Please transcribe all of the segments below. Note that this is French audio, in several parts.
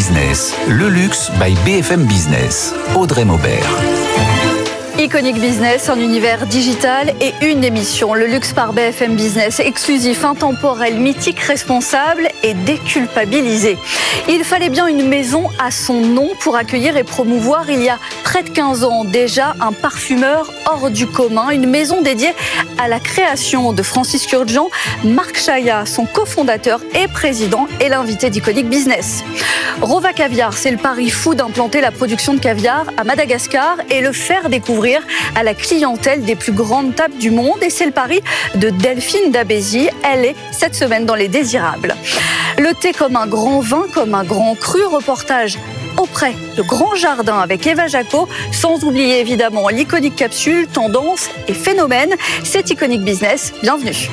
Business, le luxe by BFM Business. Audrey Maubert. Iconic Business, un univers digital et une émission, le luxe par BFM Business, exclusif, intemporel, mythique, responsable et déculpabilisé. Il fallait bien une maison à son nom pour accueillir et promouvoir, il y a près de 15 ans déjà, un parfumeur hors du commun, une maison dédiée à la création de Francis Kurkdjian. Marc Chaya, son cofondateur et président, est l'invité d'Iconic Business. Rova Caviar, c'est le pari fou d'implanter la production de caviar à Madagascar et le faire découvrir à la clientèle des plus grandes tables du monde. Et c'est le pari de Delphine Dabézy. Elle est cette semaine dans Les Désirables. Le thé comme un grand vin, comme un grand cru. Reportage auprès de Grand Jardin avec Eva Jaco. Sans oublier évidemment l'iconique capsule, tendance et phénomène. C'est Iconic Business. Bienvenue.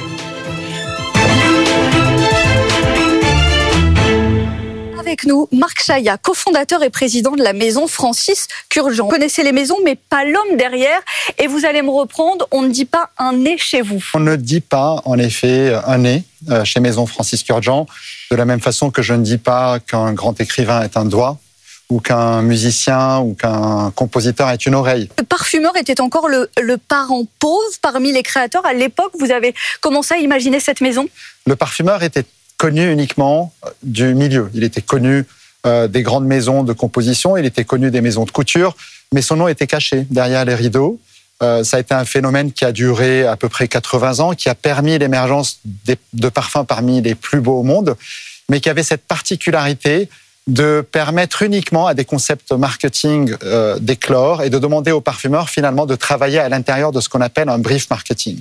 Avec nous, Marc Chaya, cofondateur et président de la maison Francis Kurkdjian. Vous connaissez les maisons, mais pas l'homme derrière. Et vous allez me reprendre, on ne dit pas un nez chez vous. On ne dit pas, en effet, un nez chez Maison Francis Kurkdjian, de la même façon que je ne dis pas qu'un grand écrivain est un doigt, ou qu'un musicien ou qu'un compositeur est une oreille. Le parfumeur était encore le parent pauvre parmi les créateurs. À l'époque, vous avez commencé à imaginer cette maison ? Le parfumeur était connu uniquement du milieu. Il était connu des grandes maisons de composition, il était connu des maisons de couture, mais son nom était caché derrière les rideaux. Ça a été un phénomène qui a duré à peu près 80 ans, qui a permis l'émergence de parfums parmi les plus beaux au monde, mais qui avait cette particularité de permettre uniquement à des concepts marketing d'éclore et de demander aux parfumeurs finalement de travailler à l'intérieur de ce qu'on appelle un brief marketing.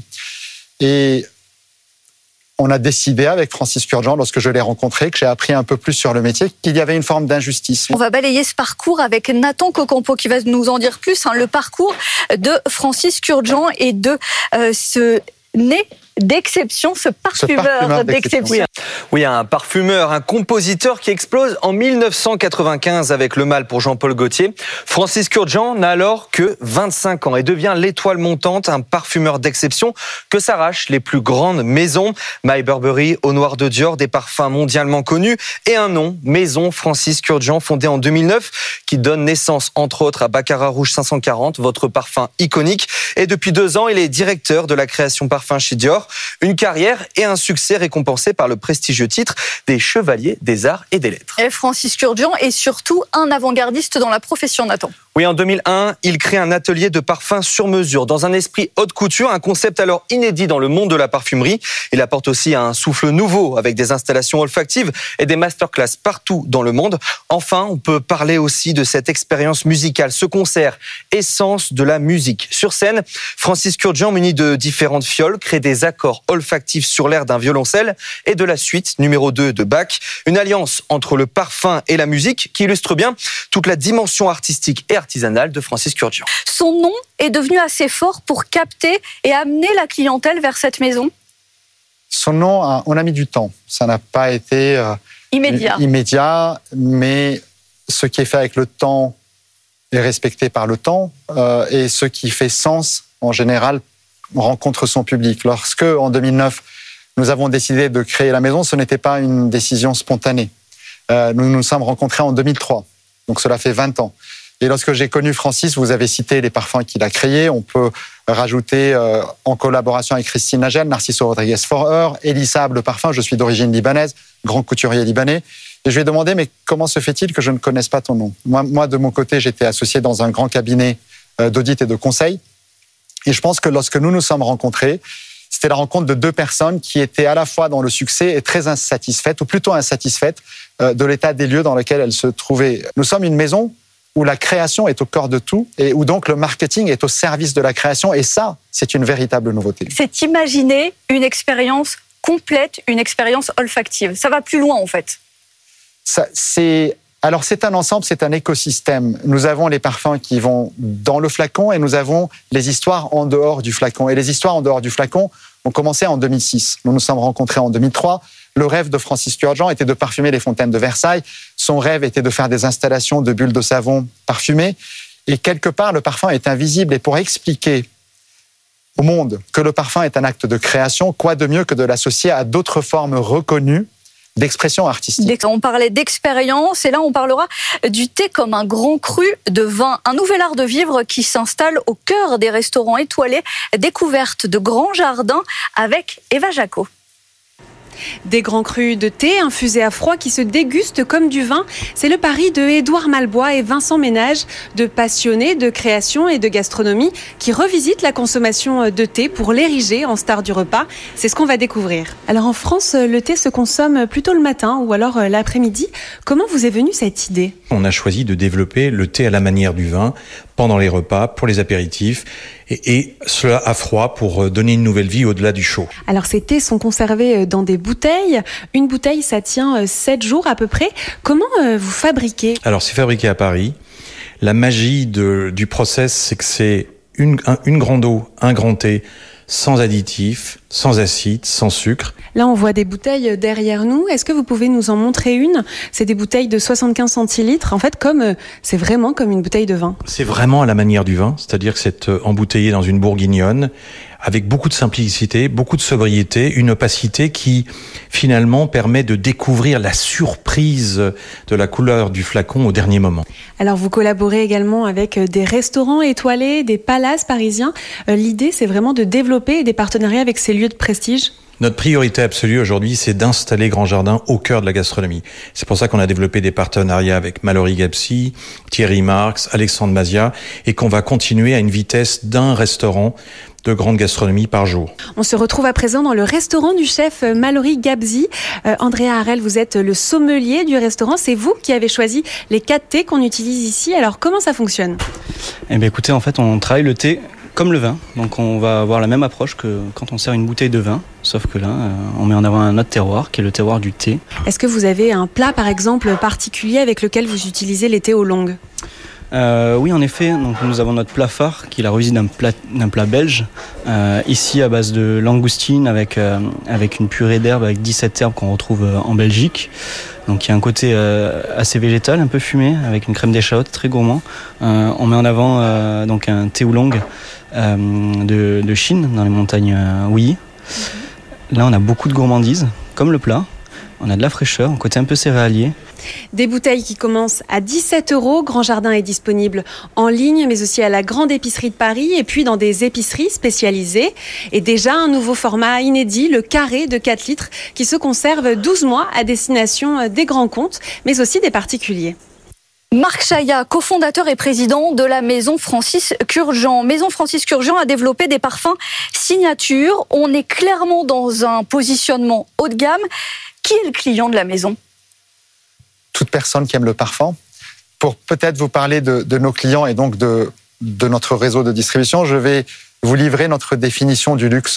Et on a décidé avec Francis Kurkdjian, lorsque je l'ai rencontré, que j'ai appris un peu plus sur le métier, qu'il y avait une forme d'injustice. On va balayer ce parcours avec Nathan Cocampo qui va nous en dire plus. Le parcours de Francis Kurkdjian et de ce nez d'exception, ce parfumeur d'exception. Oui, un parfumeur, un compositeur qui explose en 1995 avec Le Mal pour Jean-Paul Gaultier. Francis Kurkdjian n'a alors que 25 ans et devient l'étoile montante, un parfumeur d'exception que s'arrachent les plus grandes maisons. My Burberry, Au Noir de Dior, des parfums mondialement connus et un nom, Maison Francis Kurkdjian, fondée en 2009, qui donne naissance entre autres à Baccarat Rouge 540, votre parfum iconique. Et depuis 2 ans, il est directeur de la création parfum chez Dior. Une carrière et un succès récompensés par le prestigieux titre des Chevaliers des Arts et des Lettres. Et Francis Kurkdjian est surtout un avant-gardiste dans la profession, Nathan. Oui, en 2001, il crée un atelier de parfums sur mesure dans un esprit haute couture, un concept alors inédit dans le monde de la parfumerie. Il apporte aussi un souffle nouveau avec des installations olfactives et des masterclass partout dans le monde. Enfin, on peut parler aussi de cette expérience musicale, ce concert essence de la musique. Sur scène, Francis Kurkdjian, muni de différentes fioles, crée des accords olfactifs sur l'air d'un violoncelle et de la suite numéro 2 de Bach. Une alliance entre le parfum et la musique qui illustre bien toute la dimension artistique et artisanale de Francis Kurkdjian. Son nom est devenu assez fort pour capter et amener la clientèle vers cette maison. Son nom, on a mis du temps. Ça n'a pas été immédiat, mais ce qui est fait avec le temps est respecté par le temps et ce qui fait sens, en général, rencontre son public. Lorsque, en 2009, nous avons décidé de créer la maison, ce n'était pas une décision spontanée. Nous nous sommes rencontrés en 2003, donc cela fait 20 ans. Et lorsque j'ai connu Francis, vous avez cité les parfums qu'il a créés. On peut rajouter, en collaboration avec Christine Nagel, Narciso Rodriguez Forer, Elissa le parfum, je suis d'origine libanaise, grand couturier libanais. Et je lui ai demandé, mais comment se fait-il que je ne connaisse pas ton nom ? Moi, de mon côté, j'étais associé dans un grand cabinet d'audit et de conseil. Et je pense que lorsque nous nous sommes rencontrés, c'était la rencontre de 2 personnes qui étaient à la fois dans le succès et très insatisfaites, ou plutôt insatisfaites, de l'état des lieux dans lequel elles se trouvaient. Nous sommes une maison où la création est au cœur de tout et où donc le marketing est au service de la création. Et ça, c'est une véritable nouveauté. C'est imaginer une expérience complète, une expérience olfactive. Ça va plus loin, en fait. Alors, c'est un ensemble, c'est un écosystème. Nous avons les parfums qui vont dans le flacon et nous avons les histoires en dehors du flacon. Et les histoires en dehors du flacon ont commencé en 2006. Nous nous sommes rencontrés en 2003. Le rêve de Francis Kurkdjian était de parfumer les fontaines de Versailles. Son rêve était de faire des installations de bulles de savon parfumées. Et quelque part, le parfum est invisible. Et pour expliquer au monde que le parfum est un acte de création, quoi de mieux que de l'associer à d'autres formes reconnues d'expression artistique. On parlait d'expérience et là on parlera du thé comme un grand cru de vin, un nouvel art de vivre qui s'installe au cœur des restaurants étoilés, découverte de grands jardins avec Eva Jaco. Des grands crus de thé infusés à froid qui se dégustent comme du vin. C'est le pari de Édouard Malbois et Vincent Ménage, deux passionnés de création et de gastronomie qui revisitent la consommation de thé pour l'ériger en star du repas. C'est ce qu'on va découvrir. Alors en France, le thé se consomme plutôt le matin ou alors l'après-midi. Comment vous est venue cette idée ? On a choisi de développer le thé à la manière du vin pendant les repas, pour les apéritifs, et cela à froid pour donner une nouvelle vie au-delà du chaud. Alors ces thés sont conservés dans des bouteilles. Une bouteille, ça tient 7 jours à peu près. Comment vous fabriquez ? Alors c'est fabriqué à Paris. La magie du process, c'est que c'est une grande eau, un grand thé, sans additifs, sans acide, sans sucre. Là, on voit des bouteilles derrière nous. Est-ce que vous pouvez nous en montrer une ? C'est des bouteilles de 75 centilitres. En fait, c'est vraiment comme une bouteille de vin. C'est vraiment à la manière du vin, c'est-à-dire que c'est embouteillé dans une bourguignonne, avec beaucoup de simplicité, beaucoup de sobriété, une opacité qui finalement permet de découvrir la surprise de la couleur du flacon au dernier moment. Alors vous collaborez également avec des restaurants étoilés, des palaces parisiens. L'idée, c'est vraiment de développer des partenariats avec ces lieux de prestige. Notre priorité absolue aujourd'hui, c'est d'installer Grand Jardin au cœur de la gastronomie. C'est pour ça qu'on a développé des partenariats avec Mallory Gapsi, Thierry Marx, Alexandre Mazia, et qu'on va continuer à une vitesse d'un restaurant de grande gastronomie par jour. On se retrouve à présent dans le restaurant du chef Mallory Gapsi. Andrea Harel, vous êtes le sommelier du restaurant. C'est vous qui avez choisi les 4 thés qu'on utilise ici. Alors comment ça fonctionne ? Eh bien écoutez, en fait, on travaille le thé comme le vin. Donc on va avoir la même approche que quand on sert une bouteille de vin. Sauf que là, on met en avant un autre terroir, qui est le terroir du thé. Est-ce que vous avez un plat, par exemple, particulier avec lequel vous utilisez les thés aux longues ? Oui, en effet. Donc, nous avons notre plat phare, qui est la revisite d'un plat belge, ici à base de langoustine avec une purée d'herbes, avec 17 herbes qu'on retrouve en Belgique. Donc il y a un côté assez végétal, un peu fumé, avec une crème d'échalote très gourmand. On met en avant donc un thé oolong de Chine, dans les montagnes Wuyi. Là, on a beaucoup de gourmandise, comme le plat. On a de la fraîcheur, un côté un peu céréalier. Des bouteilles qui commencent à 17 €. Grand Jardin est disponible en ligne, mais aussi à la grande épicerie de Paris et puis dans des épiceries spécialisées. Et déjà un nouveau format inédit, le carré de 4 litres, qui se conserve 12 mois à destination des grands comptes, mais aussi des particuliers. Marc Chaya, cofondateur et président de la Maison Francis Kurkdjian. Maison Francis Kurkdjian a développé des parfums signature. On est clairement dans un positionnement haut de gamme. Qui est le client de la maison ? Toute personne qui aime le parfum. Pour peut-être vous parler de nos clients et donc de notre réseau de distribution, je vais vous livrer notre définition du luxe.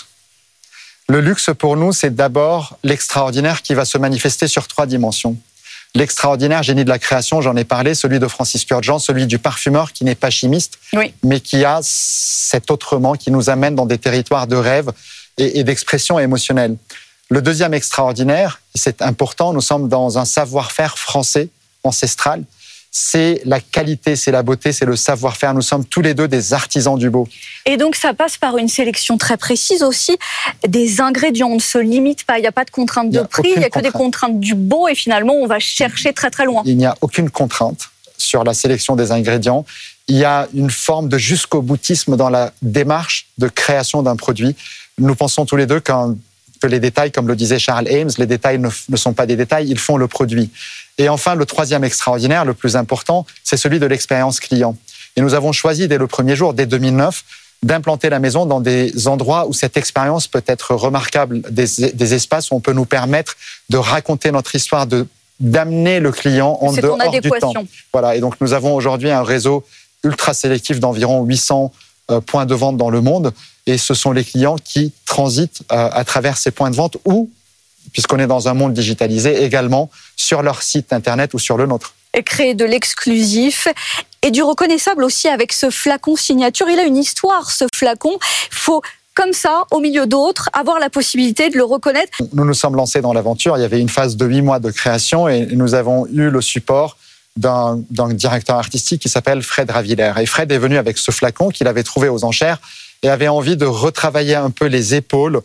Le luxe, pour nous, c'est d'abord l'extraordinaire qui va se manifester sur 3 dimensions. L'extraordinaire génie de la création, j'en ai parlé, celui de Francis Kurkdjian, celui du parfumeur qui n'est pas chimiste, oui, mais qui a cet autrement qui nous amène dans des territoires de rêve et d'expression émotionnelle. Le deuxième extraordinaire, et c'est important, nous sommes dans un savoir-faire français, ancestral, c'est la qualité, c'est la beauté, c'est le savoir-faire. Nous sommes tous les deux des artisans du beau. Et donc ça passe par une sélection très précise aussi des ingrédients. On ne se limite pas, il n'y a pas de contrainte de prix, il n'y a que des contraintes du beau et finalement on va chercher très très loin. Il n'y a aucune contrainte sur la sélection des ingrédients. Il y a une forme de jusqu'au boutisme dans la démarche de création d'un produit. Nous pensons tous les deux que les détails, comme le disait Charles Ames, les détails ne sont pas des détails, ils font le produit. Et enfin, le troisième extraordinaire, le plus important, c'est celui de l'expérience client. Et nous avons choisi dès le premier jour, dès 2009, d'implanter la maison dans des endroits où cette expérience peut être remarquable, des espaces où on peut nous permettre de raconter notre histoire, d'amener le client en dehors du temps. Voilà. Et donc, nous avons aujourd'hui un réseau ultra sélectif d'environ 800 points de vente dans le monde. Et ce sont les clients qui transitent à travers ces points de vente ou, puisqu'on est dans un monde digitalisé, également sur leur site internet ou sur le nôtre. Et créer de l'exclusif et du reconnaissable aussi avec ce flacon signature. Il a une histoire, ce flacon. Il faut, comme ça, au milieu d'autres, avoir la possibilité de le reconnaître. Nous nous sommes lancés dans l'aventure. Il y avait une phase de 8 mois de création et nous avons eu le support d'un directeur artistique qui s'appelle Fred Ravillers. Et Fred est venu avec ce flacon qu'il avait trouvé aux enchères et avait envie de retravailler un peu les épaules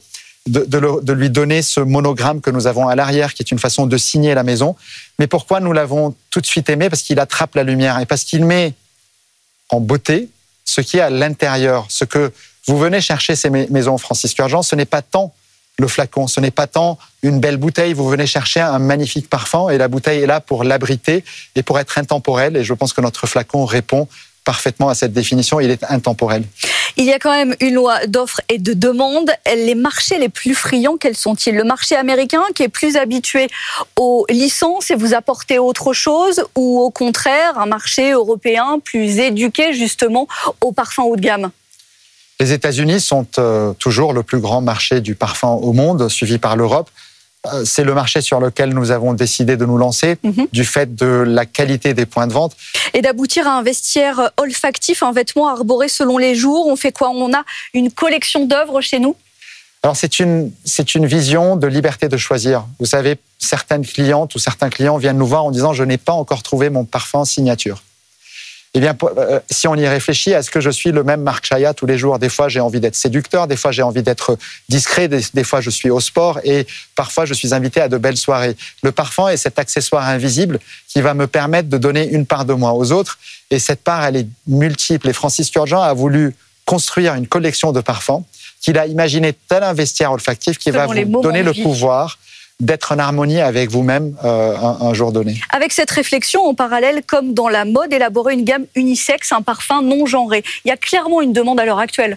de lui donner ce monogramme que nous avons à l'arrière, qui est une façon de signer la maison. Mais pourquoi nous l'avons tout de suite aimé? Parce qu'il attrape la lumière et parce qu'il met en beauté ce qui est à l'intérieur. Ce que vous venez chercher ces maisons Francis Kurkdjian, ce n'est pas tant le flacon, ce n'est pas tant une belle bouteille, vous venez chercher un magnifique parfum et la bouteille est là pour l'abriter et pour être intemporelle. Et je pense que notre flacon répond parfaitement à cette définition, il est intemporel. Il y a quand même une loi d'offre et de demande. Les marchés les plus friands, quels sont-ils? Le marché américain qui est plus habitué aux licences et vous apportez autre chose, ou au contraire un marché européen plus éduqué justement aux parfums haut de gamme? Les États-Unis sont toujours le plus grand marché du parfum au monde, suivi par l'Europe. C'est le marché sur lequel nous avons décidé de nous lancer, du fait de la qualité des points de vente. Et d'aboutir à un vestiaire olfactif, un vêtement arboré selon les jours. On fait quoi? On a une collection d'œuvres chez nous? Alors c'est une vision de liberté de choisir. Vous savez, certaines clientes ou certains clients viennent nous voir en disant « je n'ai pas encore trouvé mon parfum signature ». Eh bien, si on y réfléchit, est-ce que je suis le même Marc Chaya tous les jours? Des fois, j'ai envie d'être séducteur, des fois, j'ai envie d'être discret, des fois, je suis au sport et parfois, je suis invité à de belles soirées. Le parfum est cet accessoire invisible qui va me permettre de donner une part de moi aux autres. Et cette part, elle est multiple. Et Francis Kurkdjian a voulu construire une collection de parfums qu'il a imaginé tel un vestiaire olfactif qui va vous donner le pouvoir d'être en harmonie avec vous-même un jour donné. Avec cette réflexion, en parallèle, comme dans la mode, élaborer une gamme unisexe, un parfum non genré. Il y a clairement une demande à l'heure actuelle.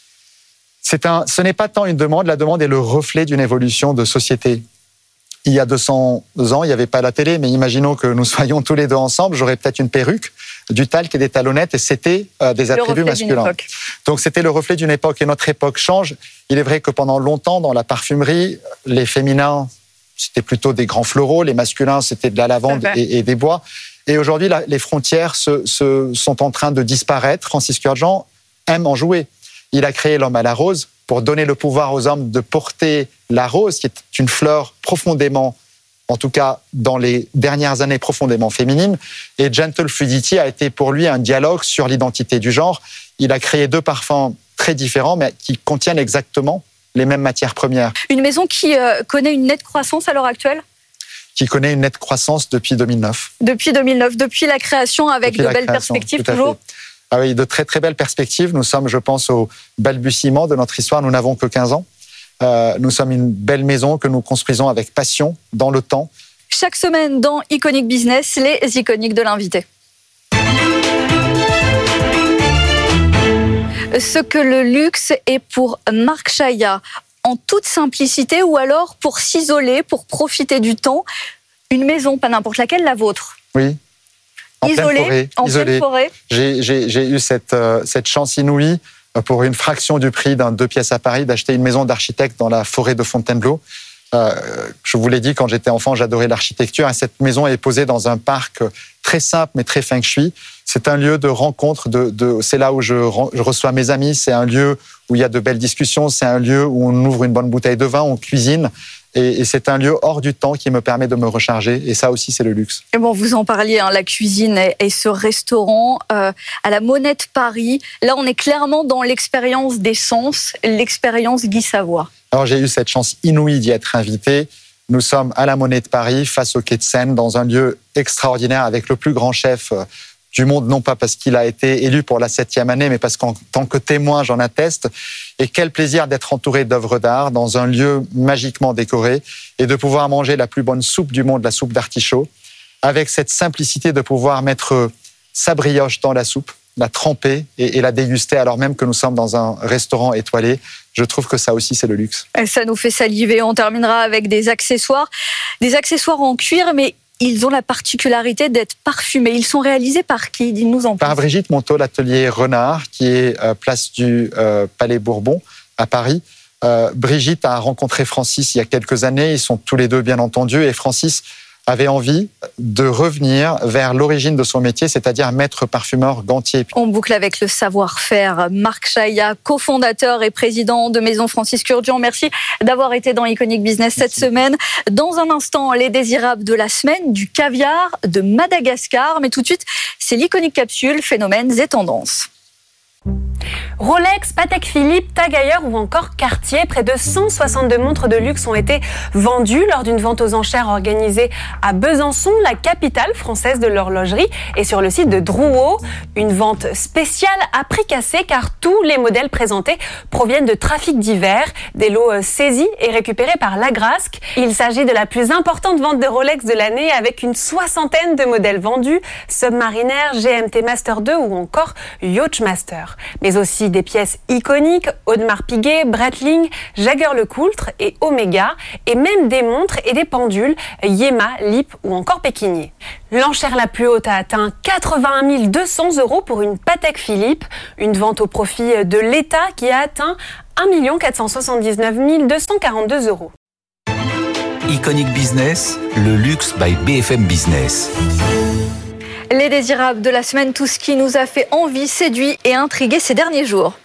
Ce n'est pas tant une demande, la demande est le reflet d'une évolution de société. Il y a 200 ans, il n'y avait pas la télé, mais imaginons que nous soyons tous les deux ensemble, j'aurais peut-être une perruque, du talc et des talonnettes, et c'était des attributs masculins. Donc c'était le reflet d'une époque, et notre époque change. Il est vrai que pendant longtemps, dans la parfumerie, les féminins, c'était plutôt des grands floraux, les masculins, c'était de la lavande et des bois. Et aujourd'hui, les frontières sont en train de disparaître. Francis Kurkdjian aime en jouer. Il a créé l'homme à la rose pour donner le pouvoir aux hommes de porter la rose, qui est une fleur profondément, en tout cas dans les dernières années, profondément féminine. Et Gentle Fluidity a été pour lui un dialogue sur l'identité du genre. Il a créé 2 parfums très différents, mais qui contiennent exactement les mêmes matières premières. Une maison qui connaît une nette croissance à l'heure actuelle? Qui connaît une nette croissance depuis 2009. Depuis 2009, depuis la création, avec de belles perspectives toujours? Ah oui, de très très belles perspectives. Nous sommes, je pense, au balbutiement de notre histoire. Nous n'avons que 15 ans. Nous sommes une belle maison que nous construisons avec passion, dans le temps. Chaque semaine dans Iconic Business, les iconiques de l'invité. Ce que le luxe est pour Marc Chaya, en toute simplicité, ou alors pour s'isoler, pour profiter du temps, une maison, pas n'importe laquelle, la vôtre. Oui. Isolée, en pleine forêt. J'ai eu cette chance inouïe, pour une fraction du prix d'un 2 pièces à Paris, d'acheter une maison d'architecte dans la forêt de Fontainebleau. Je vous l'ai dit, quand j'étais enfant, j'adorais l'architecture. Et cette maison est posée dans un parc très simple, mais très feng shui. C'est un lieu de rencontre. C'est là où je reçois mes amis. C'est un lieu où il y a de belles discussions. C'est un lieu où on ouvre une bonne bouteille de vin, on cuisine. Et c'est un lieu hors du temps qui me permet de me recharger. Et ça aussi, c'est le luxe. Et bon, vous en parliez, hein, la cuisine et ce restaurant à la Monnaie de Paris. Là, on est clairement dans l'expérience des sens, l'expérience Guy Savoy. Alors, j'ai eu cette chance inouïe d'y être invité. Nous sommes à la Monnaie de Paris, face au quai de Seine, dans un lieu extraordinaire avec le plus grand chef du monde, non pas parce qu'il a été élu pour la 7e année, mais parce qu'en tant que témoin, j'en atteste. Et quel plaisir d'être entouré d'œuvres d'art dans un lieu magiquement décoré et de pouvoir manger la plus bonne soupe du monde, la soupe d'artichaut, avec cette simplicité de pouvoir mettre sa brioche dans la soupe, la tremper et la déguster, alors même que nous sommes dans un restaurant étoilé. Je trouve que ça aussi, c'est le luxe. Et ça nous fait saliver. On terminera avec des accessoires en cuir, mais ils ont la particularité d'être parfumés. Ils sont réalisés par qui? Dites-nous en plus. Par Brigitte Monteau, l'atelier Renard, qui est place du Palais Bourbon à Paris. Brigitte a rencontré Francis il y a quelques années. Ils sont tous les deux, bien entendu. Et Francis avait envie de revenir vers l'origine de son métier, c'est-à-dire maître parfumeur gantier. On boucle avec le savoir-faire. Marc Chaya, cofondateur et président de Maison Francis Kurkdjian. Merci d'avoir été dans Iconic Business cette semaine. Dans un instant, les désirables de la semaine, du caviar de Madagascar. Mais tout de suite, c'est l'Iconic Capsule, phénomènes et tendances. Rolex, Patek Philippe, Tag Heuer ou encore Cartier, près de 162 montres de luxe ont été vendues lors d'une vente aux enchères organisée à Besançon, la capitale française de l'horlogerie, et sur le site de Drouot. Une vente spéciale à prix cassé car tous les modèles présentés proviennent de trafics divers, des lots saisis et récupérés par l'Agrasc. Il s'agit de la plus importante vente de Rolex de l'année avec une 60aine de modèles vendus, Submariner, GMT Master 2 ou encore Yachtmaster. Mais aussi des pièces iconiques, Audemars Piguet, Breitling, Jaeger-LeCoultre et Omega, et même des montres et des pendules, Yema, Lip ou encore Pékinier. L'enchère la plus haute a atteint 81 200 € pour une Patek Philippe, une vente au profit de l'État qui a atteint 1 479 242 €. Iconic Business, le luxe by BFM Business. Les désirables de la semaine, tout ce qui nous a fait envie, séduit et intrigué ces derniers jours.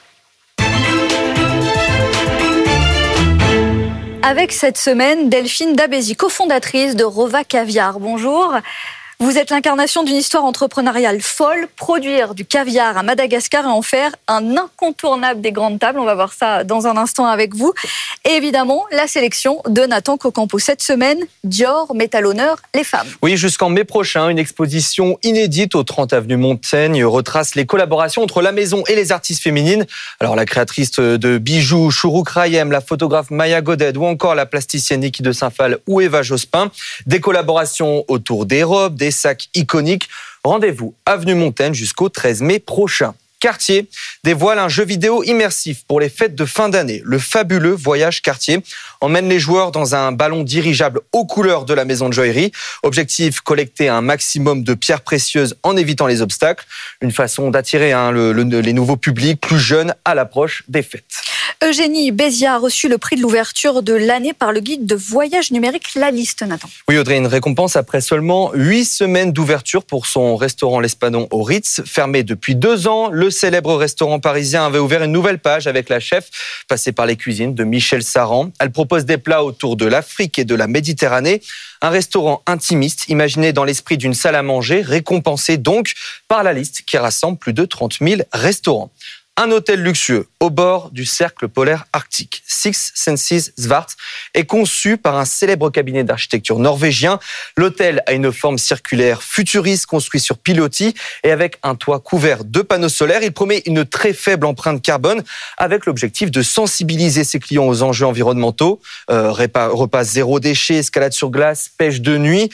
Avec cette semaine, Delphine Dabézy, cofondatrice de Rova Caviar. Bonjour. Vous êtes l'incarnation d'une histoire entrepreneuriale folle, produire du caviar à Madagascar et en faire un incontournable des grandes tables. On va voir ça dans un instant avec vous. Et évidemment, la sélection de Nathan Cocampo. Cette semaine, Dior met à l'honneur les femmes. Oui, jusqu'en mai prochain, une exposition inédite au 30 avenue Montaigne retrace les collaborations entre la maison et les artistes féminines. Alors la créatrice de bijoux, Chourouk Rayem, la photographe Maya Godet ou encore la plasticienne Niki de Saint-Phal ou Eva Jospin. Des collaborations autour des robes, des sacs iconiques. Rendez-vous avenue Montaigne jusqu'au 13 mai prochain. Cartier dévoile un jeu vidéo immersif pour les fêtes de fin d'année. Le fabuleux Voyage Cartier emmène les joueurs dans un ballon dirigeable aux couleurs de la maison de joaillerie. Objectif, collecter un maximum de pierres précieuses en évitant les obstacles. Une façon d'attirer les nouveaux publics plus jeunes à l'approche des fêtes. Eugénie Béziat a reçu le prix de l'ouverture de l'année par le guide de voyage numérique La Liste, Nathan. Oui Audrey, une récompense après seulement 8 semaines d'ouverture pour son restaurant L'Espadon au Ritz. Fermé depuis 2 ans, le célèbre restaurant parisien avait ouvert une nouvelle page avec la chef passée par les cuisines de Michel Saran. Elle propose des plats autour de l'Afrique et de la Méditerranée. Un restaurant intimiste, imaginé dans l'esprit d'une salle à manger, récompensé donc par La Liste qui rassemble plus de 30 000 restaurants. Un hôtel luxueux au bord du cercle polaire arctique. Six Senses Svart est conçu par un célèbre cabinet d'architecture norvégien. L'hôtel a une forme circulaire futuriste construit sur pilotis et avec un toit couvert de panneaux solaires. Il promet une très faible empreinte carbone avec l'objectif de sensibiliser ses clients aux enjeux environnementaux. Repas zéro déchet, escalade sur glace, pêche de nuit,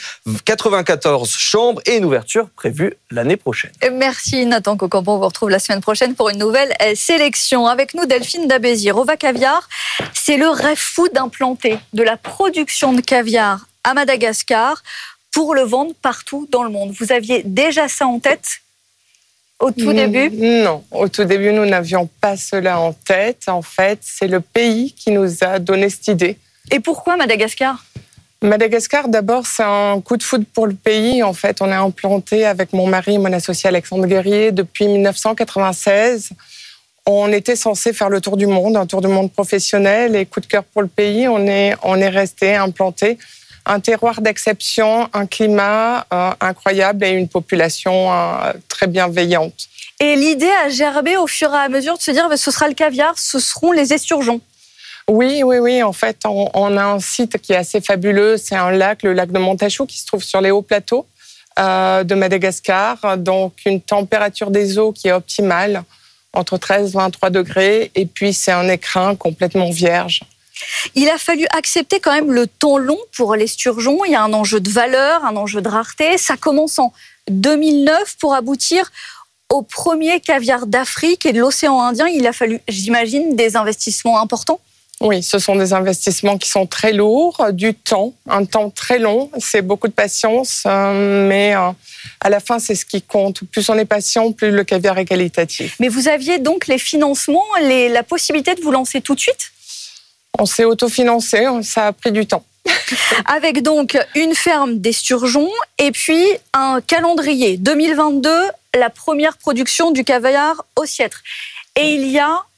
94 chambres et une ouverture prévue l'année prochaine. Merci Nathan Cocampo. On vous retrouve la semaine prochaine pour une nouvelle sélection. Avec nous, Delphine Dabézy. Rova Caviar, c'est le rêve fou d'implanter de la production de caviar à Madagascar pour le vendre partout dans le monde. Vous aviez déjà ça en tête au tout début ? Non, au tout début, nous n'avions pas cela en tête. En fait, c'est le pays qui nous a donné cette idée. Et pourquoi Madagascar ? Madagascar, d'abord, c'est un coup de foudre pour le pays. En fait, on est implanté avec mon mari et mon associé Alexandre Guerrier depuis 1996. On était censé faire le tour du monde, un tour du monde professionnel, et coup de cœur pour le pays, on est resté implanté. Un terroir d'exception, un climat incroyable et une population très bienveillante. Et l'idée a gerbé au fur et à mesure de se dire ce sera le caviar, ce seront les esturgeons. Oui. En fait, on a un site qui est assez fabuleux. C'est un lac, le lac de Montachou, qui se trouve sur les hauts plateaux de Madagascar. Donc, une température des eaux qui est optimale, entre 13 et 23 degrés. Et puis, c'est un écrin complètement vierge. Il a fallu accepter quand même le temps long pour l'esturgeon. Il y a un enjeu de valeur, un enjeu de rareté. Ça commence en 2009 pour aboutir au premier caviar d'Afrique et de l'océan Indien. Il a fallu, j'imagine, des investissements importants. Oui, ce sont des investissements qui sont très lourds, du temps, un temps très long. C'est beaucoup de patience, mais à la fin, c'est ce qui compte. Plus on est patient, plus le caviar est qualitatif. Mais vous aviez donc les financements, la possibilité de vous lancer tout de suite ? On s'est autofinancé, ça a pris du temps. Avec donc une ferme d'esturgeons et puis un calendrier. 2022, la première production du caviar Ossiètre. Et il y a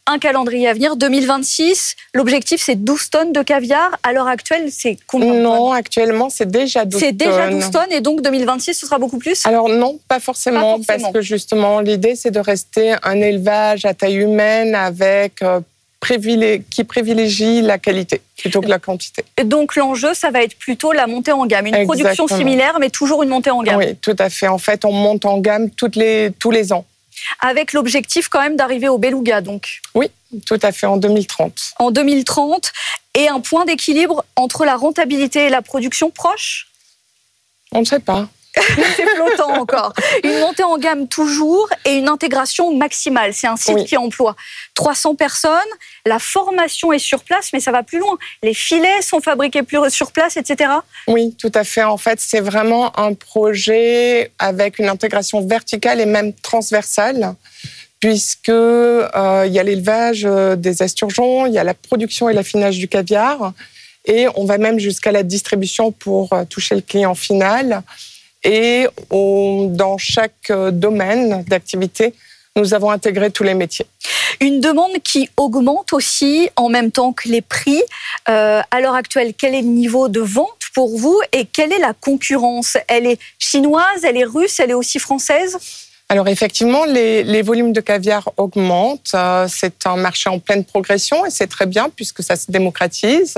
un calendrier à venir. 2026, l'objectif, c'est 12 tonnes de caviar. À l'heure actuelle, c'est combien de tonnes ? Non, actuellement, c'est déjà 12 tonnes. C'est déjà 12 tonnes et donc 2026, ce sera beaucoup plus ? Alors non, pas forcément, parce que justement, l'idée, c'est de rester un élevage à taille humaine avec qui privilégie la qualité plutôt que la quantité. Et donc l'enjeu, ça va être plutôt la montée en gamme. Une production similaire, mais toujours une montée en gamme. Oui, tout à fait. En fait, on monte en gamme tous les ans. Avec l'objectif quand même d'arriver au beluga, donc. Oui, tout à fait, en 2030. En 2030, et un point d'équilibre entre la rentabilité et la production proche ? On ne sait pas. C'est flottant encore. Une montée en gamme toujours et une intégration maximale. C'est un site qui emploie 300 personnes. La formation est sur place, mais ça va plus loin. Les filets sont fabriqués sur place, etc. Oui, tout à fait. En fait, c'est vraiment un projet avec une intégration verticale et même transversale, puisque il y a l'élevage des esturgeons, il y a la production et l'affinage du caviar, et on va même jusqu'à la distribution pour toucher le client final. Et dans chaque domaine d'activité, nous avons intégré tous les métiers. Une demande qui augmente aussi en même temps que les prix. À l'heure actuelle, quel est le niveau de vente pour vous et quelle est la concurrence ? Elle est chinoise, elle est russe, elle est aussi française ? Alors effectivement, les volumes de caviar augmentent. C'est un marché en pleine progression et c'est très bien puisque ça se démocratise.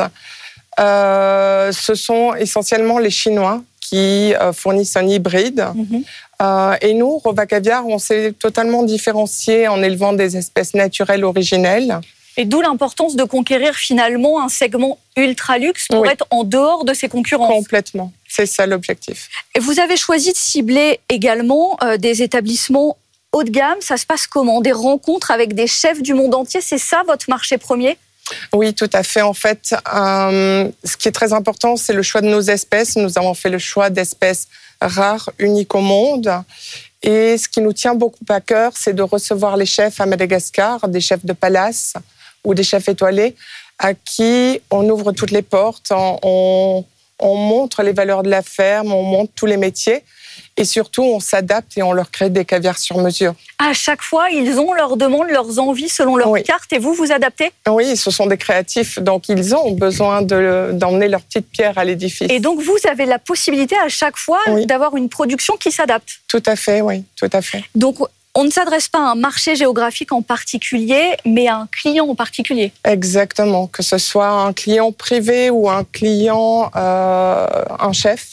Ce sont essentiellement les Chinois qui fournissent un hybride. Et nous, Rova Caviar, on s'est totalement différencié en élevant des espèces naturelles originelles. Et d'où l'importance de conquérir finalement un segment ultra luxe pour être en dehors de ses concurrents. Complètement, c'est ça l'objectif. Et vous avez choisi de cibler également des établissements haut de gamme. Ça se passe comment ? Des rencontres avec des chefs du monde entier, c'est ça votre marché premier ? Oui, tout à fait. En fait, ce qui est très important, c'est le choix de nos espèces. Nous avons fait le choix d'espèces rares, uniques au monde. Et ce qui nous tient beaucoup à cœur, c'est de recevoir les chefs à Madagascar, des chefs de palace ou des chefs étoilés, à qui on ouvre toutes les portes, on montre les valeurs de la ferme, on montre tous les métiers. Et surtout, on s'adapte et on leur crée des caviars sur mesure. À chaque fois, ils ont leurs demandes, leurs envies selon leur carte et vous adaptez ? Oui, ce sont des créatifs, donc ils ont besoin d'emmener leur petite pierre à l'édifice. Et donc, vous avez la possibilité à chaque fois d'avoir une production qui s'adapte ? Tout à fait, oui, tout à fait. Donc, on ne s'adresse pas à un marché géographique en particulier, mais à un client en particulier. Exactement, que ce soit un client privé ou un client, un chef,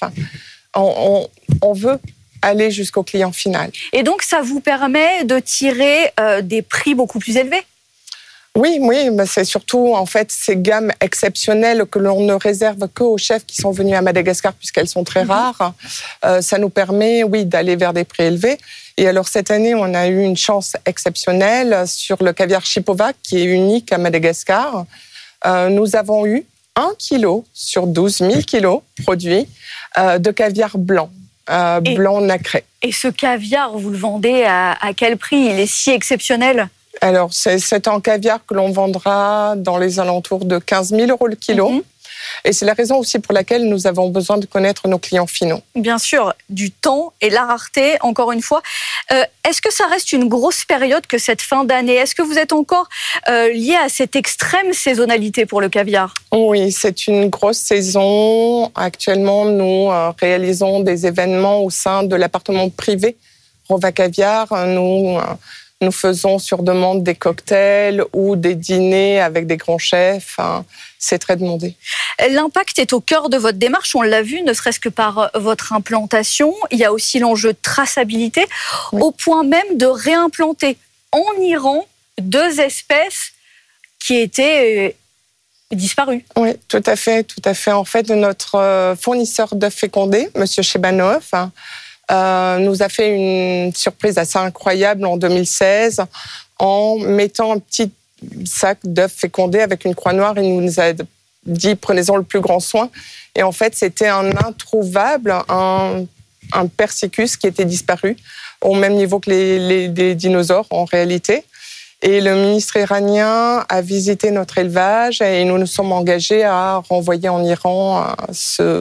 on veut aller jusqu'au client final. Et donc, ça vous permet de tirer des prix beaucoup plus élevés ? Oui, mais c'est surtout en fait ces gammes exceptionnelles que l'on ne réserve qu'aux chefs qui sont venus à Madagascar puisqu'elles sont très rares. Ça nous permet, d'aller vers des prix élevés. Et alors cette année, on a eu une chance exceptionnelle sur le caviar Chipova qui est unique à Madagascar. Nous avons eu 1 kilo sur 12 000 kilos produits de caviar blanc. Blanc nacré. Et ce caviar, vous le vendez à quel prix ? Il est si exceptionnel ? Alors, c'est un caviar que l'on vendra dans les alentours de 15 000 € le kilo. Et c'est la raison aussi pour laquelle nous avons besoin de connaître nos clients finaux. Bien sûr, du temps et la rareté, encore une fois. Est-ce que ça reste une grosse période que cette fin d'année ? Est-ce que vous êtes encore lié à cette extrême saisonnalité pour le caviar ? Oui, c'est une grosse saison. Actuellement, nous réalisons des événements au sein de l'appartement privé Rova Caviar. Nous faisons sur demande des cocktails ou des dîners avec des grands chefs. C'est très demandé. L'impact est au cœur de votre démarche, on l'a vu, ne serait-ce que par votre implantation. Il y a aussi l'enjeu de traçabilité, au point même de réimplanter en Iran 2 espèces qui étaient disparues. Oui, tout à fait. En fait, notre fournisseur d'œufs fécondés, M. Chebanov, nous a fait une surprise assez incroyable en 2016 en mettant un petit sac d'œufs fécondés avec une croix noire. Il nous a dit « prenez-en le plus grand soin ». Et en fait, c'était un introuvable, un persicus qui était disparu, au même niveau que les dinosaures en réalité. Et le ministre iranien a visité notre élevage et nous nous sommes engagés à renvoyer en Iran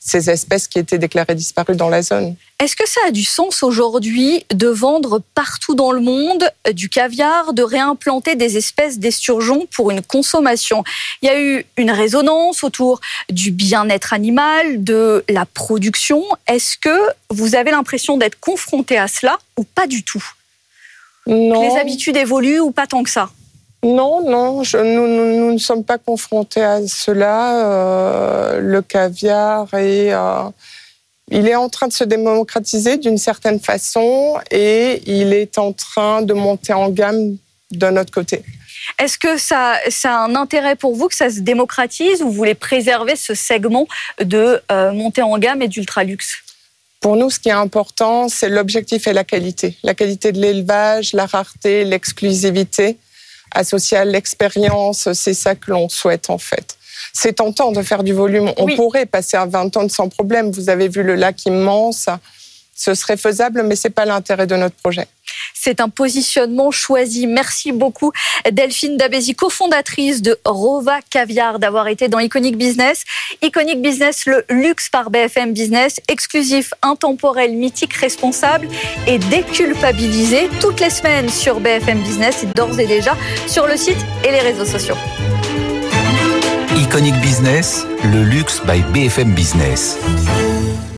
ces espèces qui étaient déclarées disparues dans la zone. Est-ce que ça a du sens aujourd'hui de vendre partout dans le monde du caviar, de réimplanter des espèces d'esturgeons pour une consommation ? Il y a eu une résonance autour du bien-être animal, de la production. Est-ce que vous avez l'impression d'être confronté à cela ou pas du tout ? Non. Les habitudes évoluent ou pas tant que ça ? Non, nous ne sommes pas confrontés à cela. Le caviar il est en train de se démocratiser d'une certaine façon et il est en train de monter en gamme de notre côté. Est-ce que ça a un intérêt pour vous que ça se démocratise ou vous voulez préserver ce segment de montée en gamme et d'ultra-luxe ? Pour nous, ce qui est important, c'est l'objectif et la qualité. La qualité de l'élevage, la rareté, l'exclusivité, associée à l'expérience, c'est ça que l'on souhaite en fait. C'est tentant de faire du volume. On pourrait passer à 20 tonnes sans problème. Vous avez vu le lac immense. Ce serait faisable, mais ce n'est pas l'intérêt de notre projet. C'est un positionnement choisi. Merci beaucoup Delphine Dabézi, cofondatrice de Rova Caviar, d'avoir été dans Iconic Business. Iconic Business, le luxe par BFM Business, exclusif, intemporel, mythique, responsable et déculpabilisé toutes les semaines sur BFM Business et d'ores et déjà sur le site et les réseaux sociaux. Iconic Business, le luxe by BFM Business.